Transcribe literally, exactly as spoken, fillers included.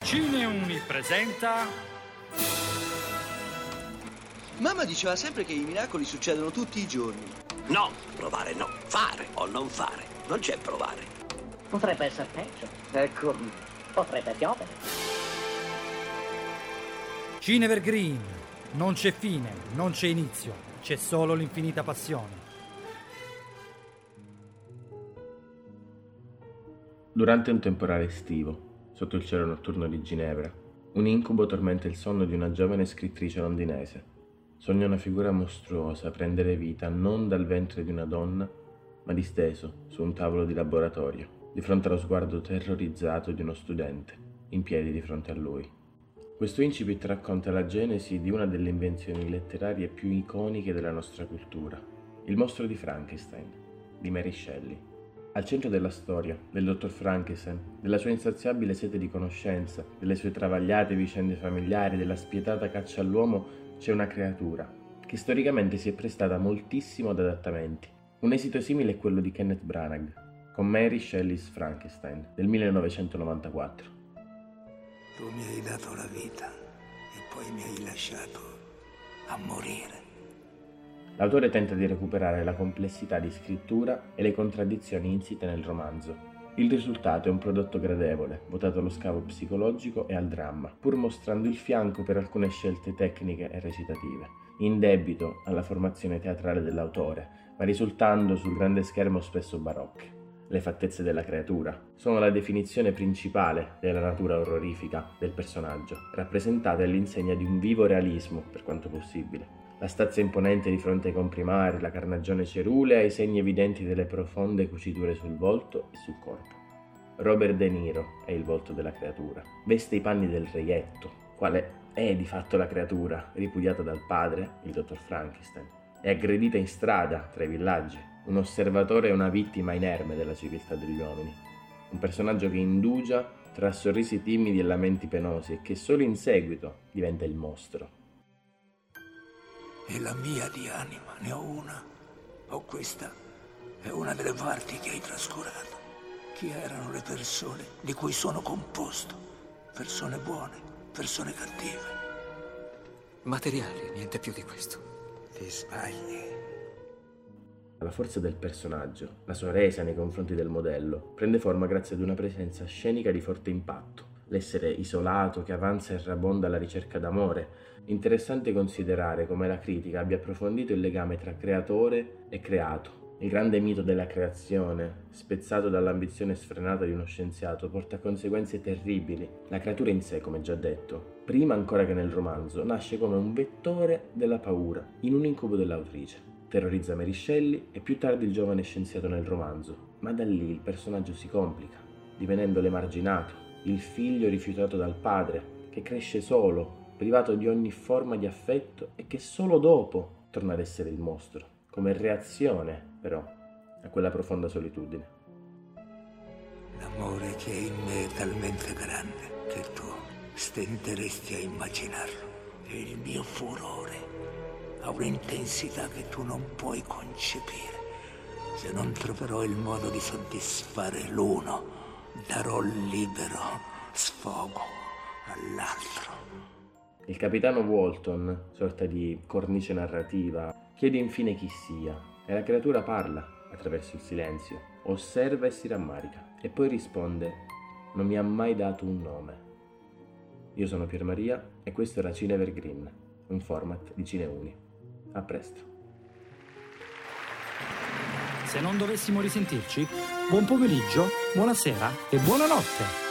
Cineuni presenta... Mamma diceva sempre che i miracoli succedono tutti i giorni. No, provare no, fare o non fare, non c'è provare. Potrebbe essere peggio. Ecco, potrebbe piovere. Cinevergreen. Non c'è fine, non c'è inizio, c'è solo l'infinita passione. Durante un temporale estivo, sotto il cielo notturno di Ginevra, un incubo tormenta il sonno di una giovane scrittrice londinese. Sogna una figura mostruosa prendere vita non dal ventre di una donna, ma disteso su un tavolo di laboratorio, di fronte allo sguardo terrorizzato di uno studente, in piedi di fronte a lui. Questo incipit racconta la genesi di una delle invenzioni letterarie più iconiche della nostra cultura, il mostro di Frankenstein, di Mary Shelley. Al centro della storia del dottor Frankenstein, della sua insaziabile sete di conoscenza, delle sue travagliate vicende familiari, della spietata caccia all'uomo, c'è una creatura che storicamente si è prestata moltissimo ad adattamenti. Un esito simile è quello di Kenneth Branagh, con Mary Shelley's Frankenstein del millenovecentonovantaquattro. Tu mi hai dato la vita e poi mi hai lasciato a morire. L'autore tenta di recuperare la complessità di scrittura e le contraddizioni insite nel romanzo. Il risultato è un prodotto gradevole, votato allo scavo psicologico e al dramma, pur mostrando il fianco per alcune scelte tecniche e recitative, in debito alla formazione teatrale dell'autore, ma risultando sul grande schermo spesso barocche. Le fattezze della creatura sono la definizione principale della natura orrorifica del personaggio, rappresentata all'insegna di un vivo realismo, per quanto possibile. La stazza imponente di fronte ai comprimari, la carnagione cerulea e i segni evidenti delle profonde cuciture sul volto e sul corpo. Robert De Niro è il volto della creatura. Veste i panni del reietto, quale è di fatto la creatura, ripudiata dal padre, il dottor Frankenstein. È aggredita in strada, tra i villaggi, un osservatore e una vittima inerme della civiltà degli uomini. Un personaggio che indugia tra sorrisi timidi e lamenti penosi e che solo in seguito diventa il mostro. E la mia di anima, ne ho una. O questa è una delle parti che hai trascurato. Chi erano le persone di cui sono composto? Persone buone, persone cattive. Materiali, niente più di questo. Ti sbagli. La forza del personaggio, la sua resa nei confronti del modello, prende forma grazie ad una presenza scenica di forte impatto. L'essere isolato che avanza e rabonda alla ricerca d'amore. Interessante considerare come la critica abbia approfondito il legame tra creatore e creato. Il grande mito della creazione, spezzato dall'ambizione sfrenata di uno scienziato, porta a conseguenze terribili. La creatura in sé, come già detto, prima ancora che nel romanzo, nasce come un vettore della paura, in un incubo dell'autrice. Terrorizza Mary Shelley e più tardi il giovane scienziato nel romanzo, ma da lì il personaggio si complica, divenendo l'emarginato, il figlio rifiutato dal padre, che cresce solo, privato di ogni forma di affetto e che solo dopo torna ad essere il mostro, come reazione però a quella profonda solitudine. L'amore che è in me è talmente grande che tu stenteresti a immaginarlo. E il mio furore ha un'intensità che tu non puoi concepire. Se non troverò il modo di soddisfare l'uno, darò libero sfogo all'altro. Il capitano Walton, sorta di cornice narrativa, chiede infine chi sia e la creatura parla attraverso il silenzio, osserva e si rammarica e poi risponde: non mi ha mai dato un nome. Io sono Pier Maria e questo era Cinevergreen, un format di Cineuni. A presto. Se non dovessimo risentirci, buon pomeriggio, buonasera e buonanotte.